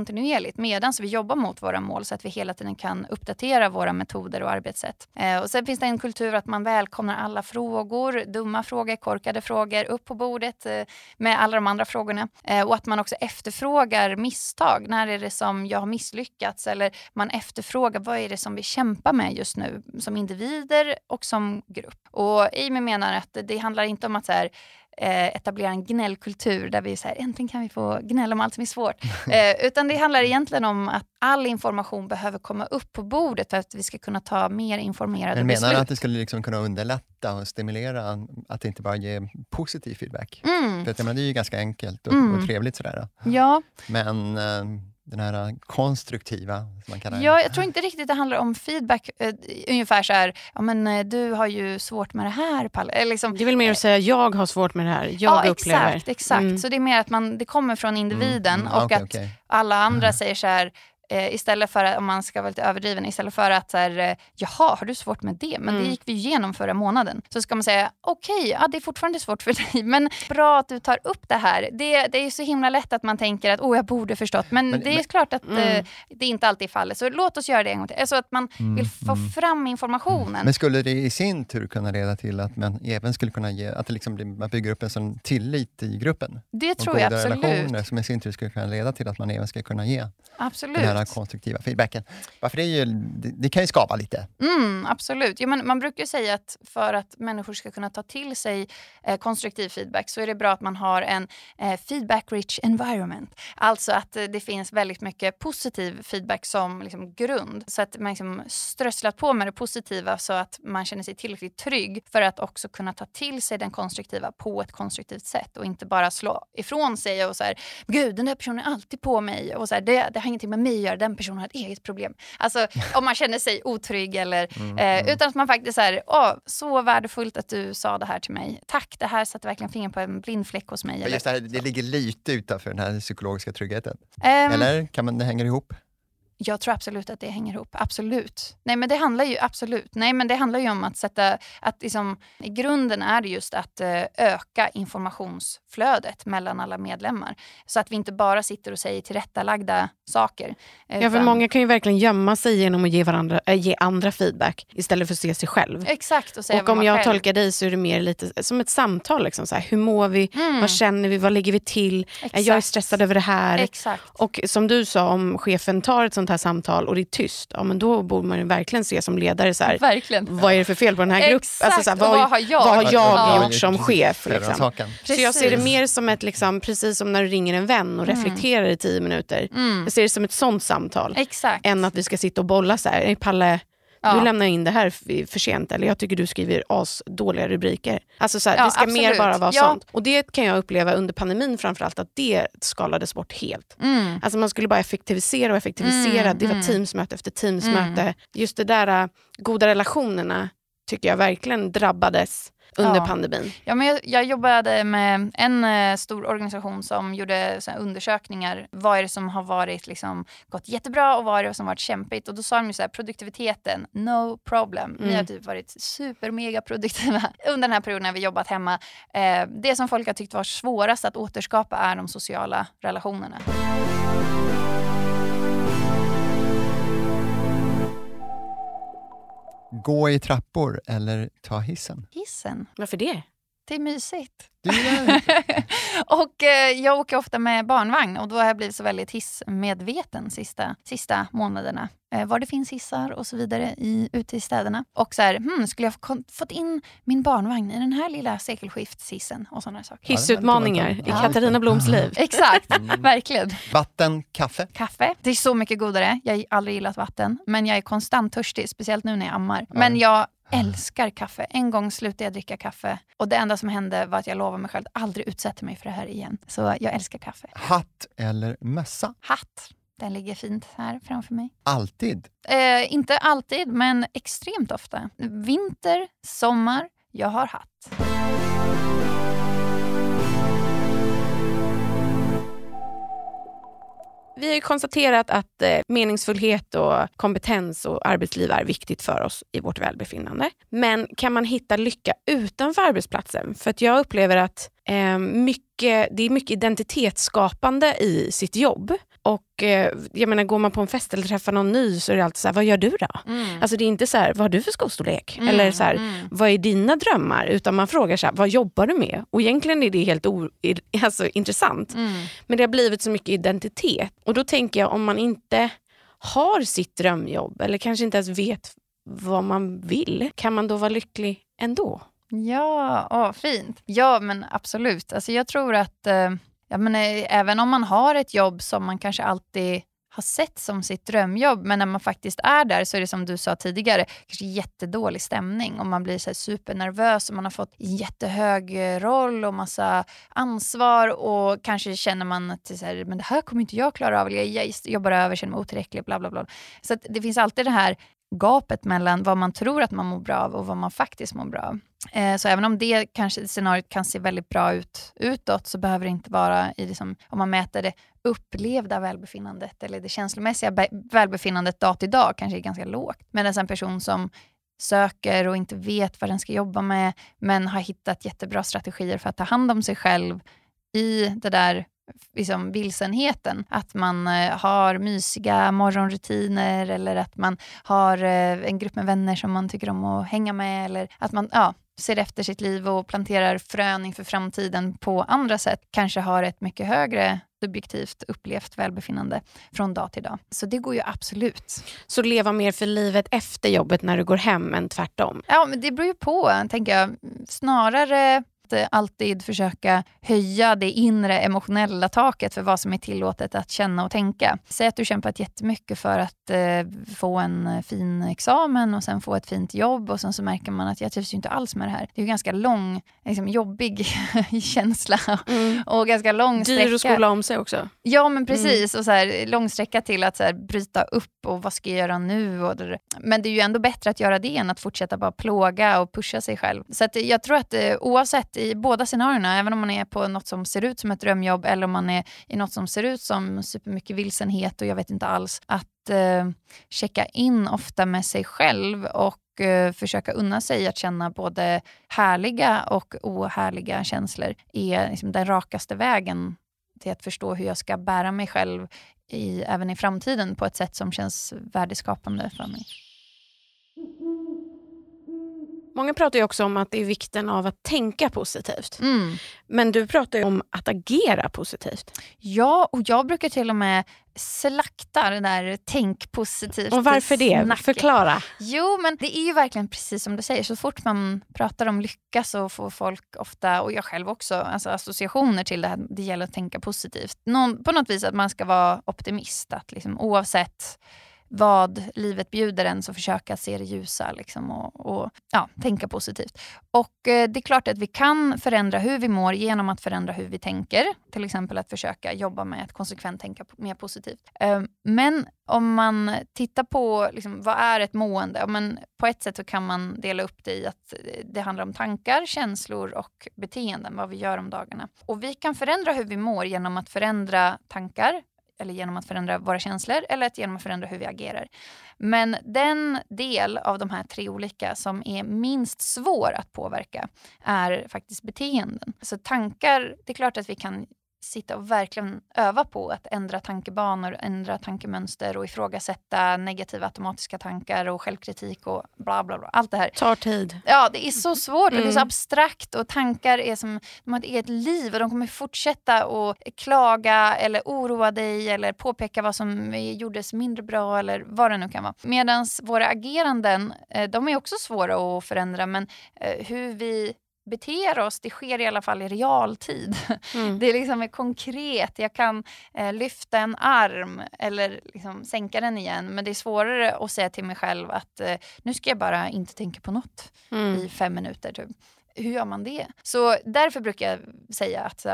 kontinuerligt medan vi jobbar mot våra mål så att vi hela tiden kan uppdatera våra metoder och arbetssätt. Och sen finns det en kultur att man välkomnar alla frågor, dumma frågor, korkade frågor upp på bordet med alla de andra frågorna. Och att man också efterfrågar misstag. När är det som jag har misslyckats? Eller man efterfrågar vad är det som vi kämpar med just nu som individer och som grupp. Och Amy menar att det handlar inte om att så här, etablera en gnällkultur där vi så här, äntligen kan vi få gnälla om allt som är svårt. Utan det handlar egentligen om att all information behöver komma upp på bordet för att vi ska kunna ta mer informerade beslut. Men menar att det skulle liksom kunna underlätta och stimulera att inte bara ge positiv feedback? För att, det är ju ganska enkelt och trevligt sådär. Ja. Men den här konstruktiva som man kallar det. Ja, jag tror inte riktigt det handlar om feedback ungefär så här, ja men du har ju svårt med det här, Palle. Liksom, det är väl mer att säga, jag har svårt med det här, jag upplever. Exakt. Så det är mer att det kommer från individen och att alla andra säger så här, istället för att, om man ska vara lite överdriven, istället för att så här, jaha, har du svårt med det? Men det gick vi igenom förra månaden. Så ska man säga, okej, det är fortfarande svårt för dig, men bra att du tar upp det här. Det är så himla lätt att man tänker att, jag borde förstått. Men det är klart att det inte alltid är fallet. Så låt oss göra det en gång till. Alltså att man vill få fram informationen. Men skulle det i sin tur kunna leda till att man även skulle kunna ge, att det liksom man bygger upp en sån tillit i gruppen? Det tror jag absolut. Relationer som i sin tur skulle kunna leda till att man även ska kunna ge absolut. Den här konstruktiva feedbacken. Varför det kan ju skapa lite. Absolut. Ja, men man brukar säga att för att människor ska kunna ta till sig konstruktiv feedback så är det bra att man har en feedback-rich environment. Alltså att det finns väldigt mycket positiv feedback som liksom grund. Så att man liksom strösslar på med det positiva så att man känner sig tillräckligt trygg för att också kunna ta till sig den konstruktiva på ett konstruktivt sätt och inte bara slå ifrån sig och så här, gud, den där personen är alltid på mig och så här, det har ingenting med mig att göra, den personen har ett eget problem. Alltså om man känner sig otrygg eller utan att man faktiskt så här, så värdefullt att du sa det här till mig. Tack, det här satte verkligen fingret på en blind fläck hos mig. Just det ligger lite utanför den här psykologiska tryggheten. Eller kan det hänga ihop? Jag tror absolut att det hänger ihop. Absolut. Nej, men det handlar ju om att sätta, att liksom, i grunden är det just att öka informationsflödet mellan alla medlemmar. Så att vi inte bara sitter och säger tillrättalagda saker. Ja, för många kan ju verkligen gömma sig genom att ge andra feedback istället för att se sig själv. Exakt. Och om jag tolkar dig så är det mer lite som ett samtal. Liksom, så här, hur mår vi? Vad känner vi? Vad lägger vi till? Exakt. Jag är stressad över det här. Exakt. Och som du sa, om chefen tar ett sånt här samtal och det är tyst, men då borde man ju verkligen se som ledare så här, verkligen. Vad är det för fel på den här gruppen? Alltså, så här, vad har jag gjort som chef? Liksom. Så jag ser det mer som ett, liksom, precis som när du ringer en vän och reflekterar i 10 minuter. Jag ser det som ett sånt samtal. Exakt. Än att vi ska sitta och bolla så här, Palle, du lämnar in det här för sent, eller jag tycker du skriver dåliga rubriker. Alltså så här, det ska absolut. mer bara vara sånt. Och det kan jag uppleva under pandemin framförallt, att det skalades bort helt. Alltså man skulle bara effektivisera. Det var teamsmöte efter teamsmöte. Just det där goda relationerna tycker jag verkligen drabbades under pandemin. Ja, men jag jobbade med en stor organisation som gjorde så här undersökningar. Vad är det som har varit liksom, gått jättebra och vad är det som har varit kämpigt? Och då sa de ju så här, produktiviteten, no problem. Vi har typ varit super-mega produktiva under den här perioden när vi jobbat hemma. Det som folk har tyckt var svårast att återskapa är de sociala relationerna. Gå i trappor eller ta hissen? Hissen. Varför det? Det är mysigt. Du och jag åker ofta med barnvagn och då har jag blivit så väldigt hissmedveten sista månaderna. Var det finns hissar och så vidare ute i städerna. Och så här, skulle jag fått in min barnvagn i den här lilla sekelskiftshissen och sådana saker. Hissutmaningar i Katarina Bloms liv. Exakt, verkligen. Vatten, kaffe? Kaffe, det är så mycket godare. Jag har aldrig gillat vatten, men jag är konstant törstig, speciellt nu när jag ammar. Men jag älskar kaffe. En gång slutade jag dricka kaffe och det enda som hände var att jag lovade mig själv att aldrig utsätta mig för det här igen. Så jag älskar kaffe. Hatt eller mössa? Hatt. Den ligger fint här framför mig. Alltid? Inte alltid, men extremt ofta. Vinter, sommar, jag har hatt. Vi har ju konstaterat att meningsfullhet och kompetens och arbetsliv är viktigt för oss i vårt välbefinnande. Men kan man hitta lycka utanför arbetsplatsen? För att jag upplever att det är mycket identitetsskapande i sitt jobb. Och jag menar, går man på en fest eller träffar någon ny så är det alltid så här, vad gör du då? Alltså det är inte så här, vad har du för skostorlek? Eller så här, vad är dina drömmar? Utan man frågar så här, vad jobbar du med? Och egentligen är det helt intressant. Men det har blivit så mycket identitet. Och då tänker jag, om man inte har sitt drömjobb eller kanske inte ens vet vad man vill, kan man då vara lycklig ändå? Ja, fint. Ja, men absolut. Alltså jag tror att även om man har ett jobb som man kanske alltid har sett som sitt drömjobb, men när man faktiskt är där så är det, som du sa tidigare, kanske jättedålig stämning och man blir så här supernervös och man har fått jättehög roll och massa ansvar och kanske känner man att så här, men det här kommer inte jag klara av, eller jag jobbar över, känner mig otillräcklig, bla bla bla. Så att det finns alltid det här gapet mellan vad man tror att man mår bra av och vad man faktiskt mår bra av. Så även om det kanske scenariot kan se väldigt bra ut utåt, så behöver det inte vara i liksom, om man mäter det upplevda välbefinnandet eller det känslomässiga välbefinnandet dag till dag kanske är ganska lågt. Men en person som söker och inte vet vad den ska jobba med, men har hittat jättebra strategier för att ta hand om sig själv i det där liksom vilsenheten, att man har mysiga morgonrutiner eller att man har en grupp med vänner som man tycker om att hänga med, eller att man ser efter sitt liv och planterar frön inför framtiden på andra sätt, kanske har ett mycket högre subjektivt upplevt välbefinnande från dag till dag. Så det går ju absolut. Så leva mer för livet efter jobbet när du går hem än tvärtom? Ja, men det beror ju på, tänker jag. Snarare alltid försöka höja det inre emotionella taket för vad som är tillåtet att känna och tänka. Säg att du kämpat jättemycket för att få en fin examen och sen få ett fint jobb, och sen så märker man att jag trivs ju inte alls med det här. Det är ju ganska lång, liksom, jobbig känsla och ganska lång sträcka. Dyr att skola om sig också. Ja, men precis. Och så här, lång sträcka till att så här, bryta upp och vad ska jag göra nu? Men det är ju ändå bättre att göra det än att fortsätta bara plåga och pusha sig själv. Så att jag tror att oavsett i båda scenarierna, även om man är på något som ser ut som ett drömjobb eller om man är i något som ser ut som supermycket vilsenhet och jag vet inte alls, att checka in ofta med sig själv och försöka unna sig att känna både härliga och ohärliga känslor är liksom den rakaste vägen till att förstå hur jag ska bära mig själv även i framtiden på ett sätt som känns värdeskapande för mig. Många pratar ju också om att det är vikten av att tänka positivt. Men du pratar ju om att agera positivt. Ja, och jag brukar till och med slakta det där tänk positivt. Och varför det? Snacket. Förklara. Jo, men det är ju verkligen precis som du säger. Så fort man pratar om lycka så får folk ofta, och jag själv också, alltså associationer till det här. Det gäller att tänka positivt. På något vis att man ska vara optimist. Att liksom, oavsett vad livet bjuder en så försöka se det ljusa liksom, och tänka positivt. Och det är klart att vi kan förändra hur vi mår genom att förändra hur vi tänker. Till exempel att försöka jobba med att konsekvent tänka mer positivt. Men om man tittar på liksom, vad är ett mående? Men på ett sätt så kan man dela upp det i att det handlar om tankar, känslor och beteenden, vad vi gör om dagarna. Och vi kan förändra hur vi mår genom att förändra tankar, eller genom att förändra våra känslor, eller genom att förändra hur vi agerar. Men den del av de här 3 olika som är minst svår att påverka är faktiskt beteenden. Så tankar, det är klart att vi kan sitta och verkligen öva på att ändra tankebanor, ändra tankemönster och ifrågasätta negativa automatiska tankar och självkritik och bla bla bla. Allt det här. Tar tid. Ja, det är så svårt och det är så abstrakt, och tankar är som, de har ett eget liv och de kommer fortsätta och klaga eller oroa dig eller påpeka vad som gjordes mindre bra eller vad det nu kan vara. Medan våra ageranden, de är också svåra att förändra, men hur vi beter oss, det sker i alla fall i realtid. Det är liksom konkret. Jag kan lyfta en arm eller liksom sänka den igen, men det är svårare att säga till mig själv att nu ska jag bara inte tänka på något i 5 minuter typ. Hur gör man det? Så därför brukar jag säga att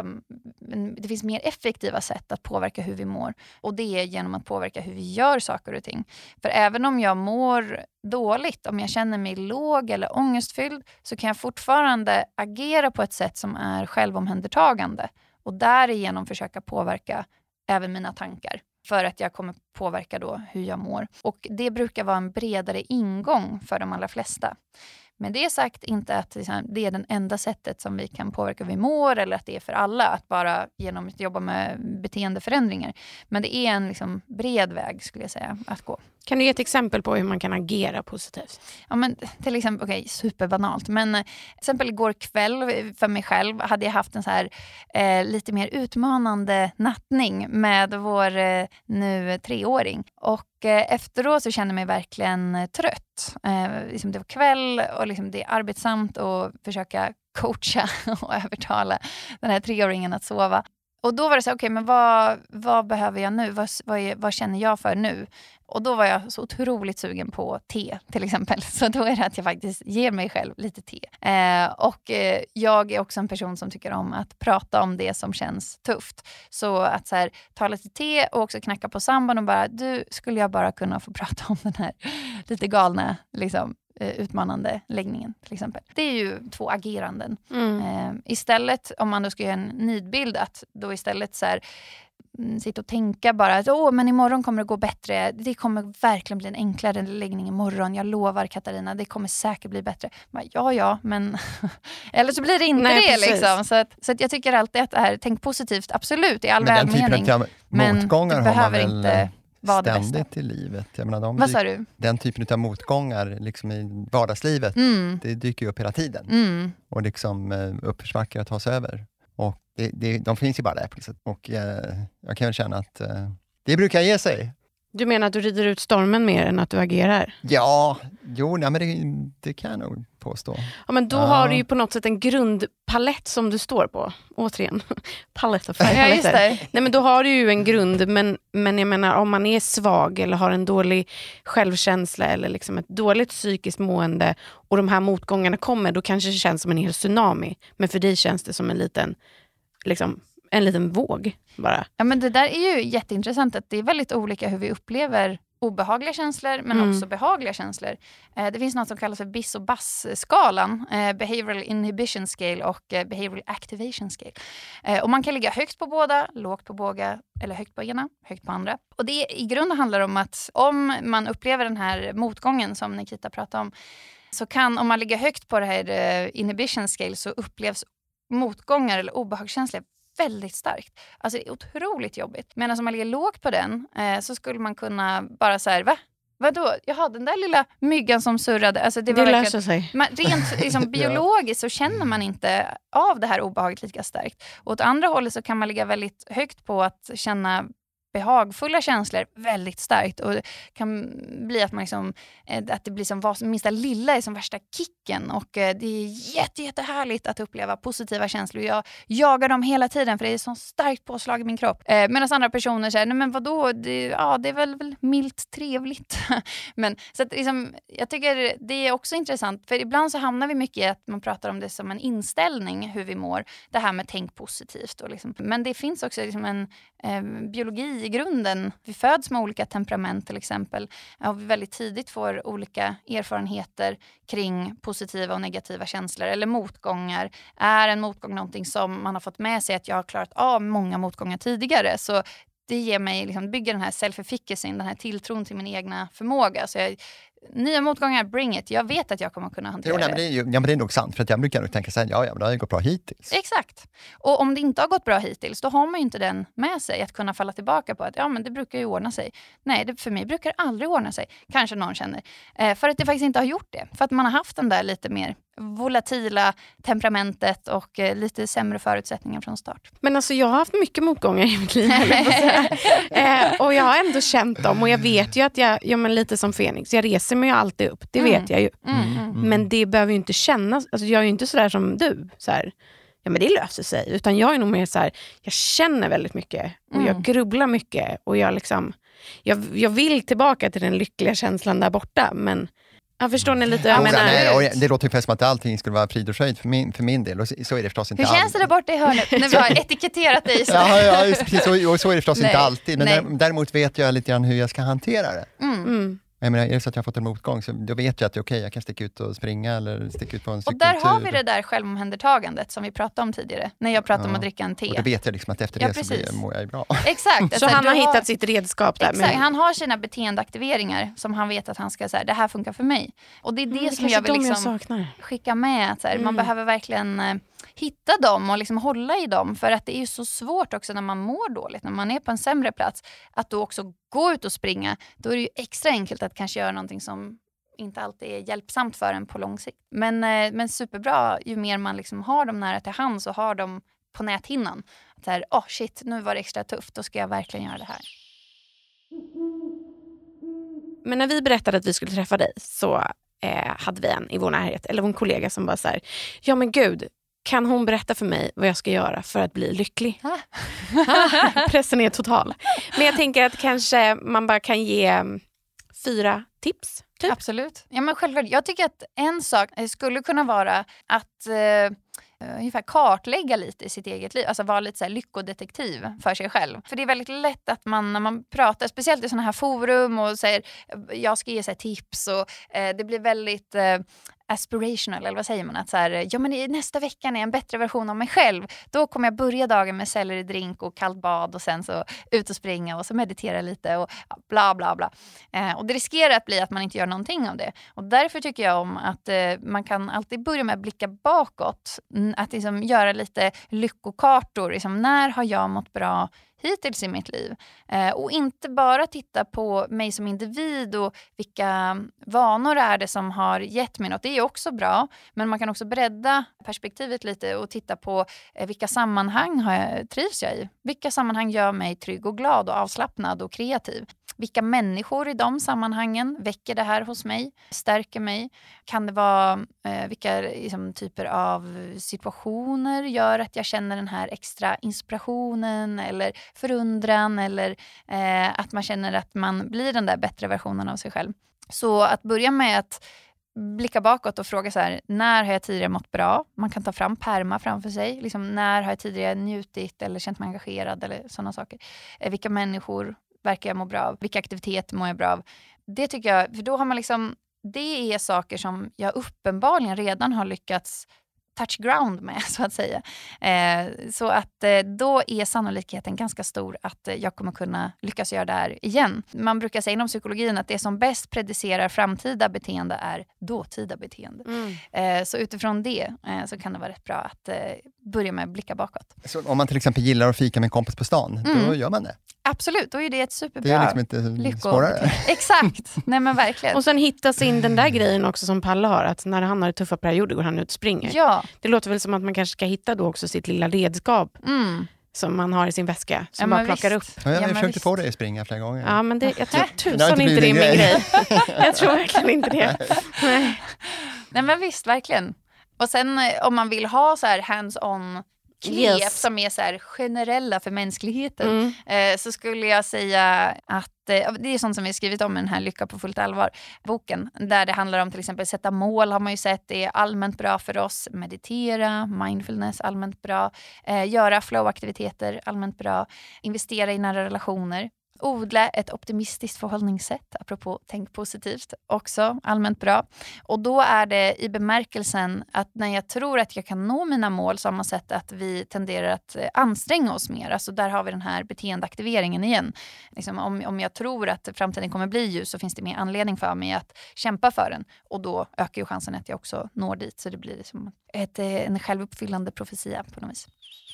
det finns mer effektiva sätt att påverka hur vi mår. Och det är genom att påverka hur vi gör saker och ting. För även om jag mår dåligt, om jag känner mig låg eller ångestfylld, så kan jag fortfarande agera på ett sätt som är självomhändertagande. Och därigenom försöka påverka även mina tankar. För att jag kommer påverka då hur jag mår. Och det brukar vara en bredare ingång för de allra flesta. Med det sagt inte att det är den enda sättet som vi kan påverka hur vi mår eller att det är för alla att bara genom att jobba med beteendeförändringar. Men det är en liksom bred väg skulle jag säga att gå. Kan du ge ett exempel på hur man kan agera positivt? Ja, men till exempel, okej, superbanalt. Men till exempel igår kväll för mig själv hade jag haft en så här lite mer utmanande nattning med vår nu 3-åring. Och efteråt så kände jag mig verkligen trött. Liksom det var kväll och liksom det är arbetsamt att försöka coacha och övertala den här 3-åringen att sova. Och då var det så okej, men vad behöver jag nu? Vad känner jag för nu? Och då var jag så otroligt sugen på te till exempel. Så då är det att jag faktiskt ger mig själv lite te. Jag är också en person som tycker om att prata om det som känns tufft. Så att så här, ta lite te och också knacka på samband och bara, skulle jag bara kunna få prata om den här lite galna liksom, utmanande läggningen till exempel. Det är ju 2 ageranden. Istället om man då ska göra en nidbild att då istället så här sitta och tänka bara att men imorgon kommer det gå bättre. Det kommer verkligen bli en enklare läggning imorgon. Jag lovar Katarina, det kommer säkert bli bättre. Men, ja, men eller så blir det inte det liksom. Så att jag tycker alltid att det här, tänk positivt, absolut i all välmening. Men motgångar det har man behöver väl inte vara ständigt i livet. Jag menar, vad sa du? Den typen av motgångar liksom i vardagslivet, det dyker ju upp hela tiden. Och liksom uppförsbackar att ta sig över. Och de finns ju bara där på något sätt. Och jag kan väl känna att det brukar ge sig. Du menar att du rider ut stormen mer än att du agerar? Ja, men det kan jag nog påstå. Ja, men då har du ju på något sätt en grundpalett som du står på. Återigen, palett och färgpaletter. Nej, men då har du ju en grund, men jag menar om man är svag eller har en dålig självkänsla eller liksom ett dåligt psykiskt mående och de här motgångarna kommer, då kanske det känns som en hel tsunami. Men för dig känns det som en liten våg bara. Ja, men det där är ju jätteintressant att det är väldigt olika hur vi upplever obehagliga känslor men också behagliga känslor. Det finns något som kallas för BIS och BAS-skalan, Behavioral Inhibition Scale och Behavioral Activation Scale. Och man kan ligga högt på båda, lågt på båda eller högt på ena, högt på andra. Och det i grunden handlar om att om man upplever den här motgången som Nikita pratade om, så kan, om man ligger högt på det här inhibition scale, så upplevs motgångar eller obehagskänslor väldigt starkt. Alltså det är otroligt jobbigt. Men om man ligger lågt på den så skulle man kunna bara så här, vadå? Jaha, den där lilla myggan som surrade. Alltså det löser sig. Rent liksom, biologiskt så känner man inte av det här obehaget lika starkt. Och åt andra hållet så kan man ligga väldigt högt på att känna behagfulla känslor väldigt starkt, och det kan bli att man liksom, att det blir som minsta lilla är som värsta kicken, och det är jättehärligt att uppleva positiva känslor. Jag jagar dem hela tiden för det är så starkt påslag i min kropp. Medan andra personer säger, nej men vadå, det är väl milt trevligt. Men så att liksom, jag tycker det är också intressant, för ibland så hamnar vi mycket i att man pratar om det som en inställning, hur vi mår, det här med tänk positivt och liksom. Men det finns också liksom en biologi i grunden. Vi föds med olika temperament till exempel, och vi väldigt tidigt får olika erfarenheter kring positiva och negativa känslor eller motgångar. Är en motgång någonting som man har fått med sig, att jag har klarat av många motgångar tidigare, så det ger mig liksom, bygger den här self-efficacy, den här tilltron till min egna förmåga. Så nya motgångar, bring it. Jag vet att jag kommer kunna hantera det. Men det är nog sant, för att jag brukar nog tänka så här, men det har ju gått bra hittills. Exakt. Och om det inte har gått bra hittills, då har man ju inte den med sig att kunna falla tillbaka på att men det brukar ju ordna sig. Nej, för mig brukar det aldrig ordna sig. Kanske någon känner. För att det faktiskt inte har gjort det. För att man har haft den där lite mer volatila temperamentet och lite sämre förutsättningar från start. Men alltså jag har haft mycket motgångar i mitt liv. Och jag har ändå känt dem, och jag vet ju att jag men lite som Fenix, jag reser mig ju alltid upp, det vet jag ju. Men det behöver ju inte kännas, alltså jag är ju inte sådär som du, så här, men det löser sig, utan jag är nog mer så här, jag känner väldigt mycket och jag grubblar mycket, och jag liksom jag vill tillbaka till den lyckliga känslan där borta, men jag förstår ni lite. Det låter ungefär som att allting skulle vara frid och fröjd för min del, och så är det förstås inte. Hur känns det där borta i hörnet när vi har etiketterat dig? Så. Precis, och så är det förstås inte alltid, men däremot vet jag lite grann hur jag ska hantera det. Jag menar, är det så att jag har fått en motgång, så då vet jag att okej, jag kan sticka ut och springa eller sticka ut på en cykeltur. Och där har vi det där självomhändertagandet som vi pratade om tidigare. När jag pratade om att dricka en te. Och då vet jag liksom att efter det så mår jag bra. Exakt. Så han har hittat sitt redskap där. Exakt, han har sina beteendeaktiveringar som han vet att han ska säga, det här funkar för mig. Och det är det som jag vill liksom skicka med. Att, så här, man behöver verkligen hitta dem och liksom hålla i dem. För att det är ju så svårt också när man mår dåligt, när man är på en sämre plats, att då också gå ut och springa. Då är det ju extra enkelt att kanske göra någonting som inte alltid är hjälpsamt för en på lång sikt. Men superbra, ju mer man liksom har dem nära till hands och har dem på näthinnan. Att så här, shit, nu var det extra tufft, då ska jag verkligen göra det här. Men när vi berättade att vi skulle träffa dig så hade vi en i vår närhet, eller en kollega som bara så här, ja men gud, kan hon berätta för mig vad jag ska göra för att bli lycklig? Pressen är total. Men jag tänker att kanske man bara kan ge 4 tips. Typ. Absolut. Ja, men självklart. Jag tycker att en sak skulle kunna vara att ungefär kartlägga lite i sitt eget liv. Alltså vara lite så här lyckodetektiv för sig själv. För det är väldigt lätt att man, när man pratar, speciellt i sådana här forum och säger jag ska ge så här tips och det blir väldigt aspirational, eller vad säger man? Att så här, ja men nästa vecka är en bättre version av mig själv. Då kommer jag börja dagen med selleridrink och kallt bad och sen så ut och springa och så meditera lite och bla bla bla. Och det riskerar att bli att man inte gör någonting av det. Och därför tycker jag om att man kan alltid börja med att blicka bakåt. Att liksom göra lite lyckokartor. Liksom, när har jag mått bra hittills i mitt liv? Och inte bara titta på mig som individ och vilka vanor är det som har gett mig något. Det är också bra, men man kan också bredda perspektivet lite och titta på vilka sammanhang trivs jag i? Vilka sammanhang gör mig trygg och glad och avslappnad och kreativ? Vilka människor i de sammanhangen väcker det här hos mig? Stärker mig? Kan det vara vilka liksom, typer av situationer gör att jag känner den här extra inspirationen eller förundran eller att man känner att man blir den där bättre versionen av sig själv. Så att börja med att blicka bakåt och fråga så här, när har jag tidigare mått bra? Man kan ta fram pärma framför sig. Liksom, när har jag tidigare njutit eller känt mig engagerad eller sådana saker? Vilka människor verkar jag må bra av? Vilka aktiviteter mår jag bra av? Det tycker jag, för då har man liksom, det är saker som jag uppenbarligen redan har lyckats touch ground med, så att säga. Så att då är sannolikheten ganska stor att jag kommer kunna lyckas göra det här igen. Man brukar säga inom psykologin att det som bäst predicerar framtida beteende är dåtida beteende. Så utifrån det så kan det vara rätt bra att börja med att blicka bakåt. Så om man till exempel gillar att fika med en kompis på stan, då gör man det? Absolut, då är det ett superbra det är liksom inte svårare. Exakt, nej men verkligen. Och sen hittas in den där grejen också som Palle har, att när han har i tuffa perioder går han ut och springer. Ja. Det låter väl som att man kanske ska hitta då också sitt lilla redskap som man har i sin väska, som man plockar upp. Ja, jag försökte få dig att springa flera gånger. Ja, men jag tror tusan inte det är min grej. Jag tror verkligen inte det. Nej men visst, verkligen. Och sen om man vill ha så här hands-on knep som är så här generella för mänskligheten, så skulle jag säga att det är sånt som vi har skrivit om i den här Lycka på fullt allvar boken, där det handlar om till exempel sätta mål, har man ju sett, det är allmänt bra för oss, meditera, mindfulness, allmänt bra, göra flow-aktiviteter, allmänt bra, investera i nära relationer, odla ett optimistiskt förhållningssätt, apropå tänk positivt, också allmänt bra. Och då är det i bemärkelsen att när jag tror att jag kan nå mina mål, så har man sett att vi tenderar att anstränga oss mer. Alltså där har vi den här beteendeaktiveringen igen. Liksom om jag tror att framtiden kommer bli ljus, så finns det mer anledning för mig att kämpa för den. Och då ökar ju chansen att jag också når dit. Så det blir liksom en självuppfyllande profetia på något vis.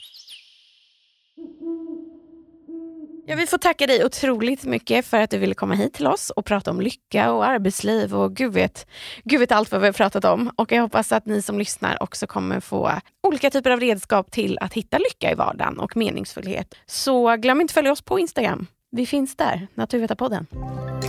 Ja, vi får tacka dig otroligt mycket för att du ville komma hit till oss och prata om lycka och arbetsliv och gud vet allt vad vi har pratat om. Och jag hoppas att ni som lyssnar också kommer få olika typer av redskap till att hitta lycka i vardagen och meningsfullhet. Så glöm inte att följa oss på Instagram. Vi finns där, Naturvetarpodden.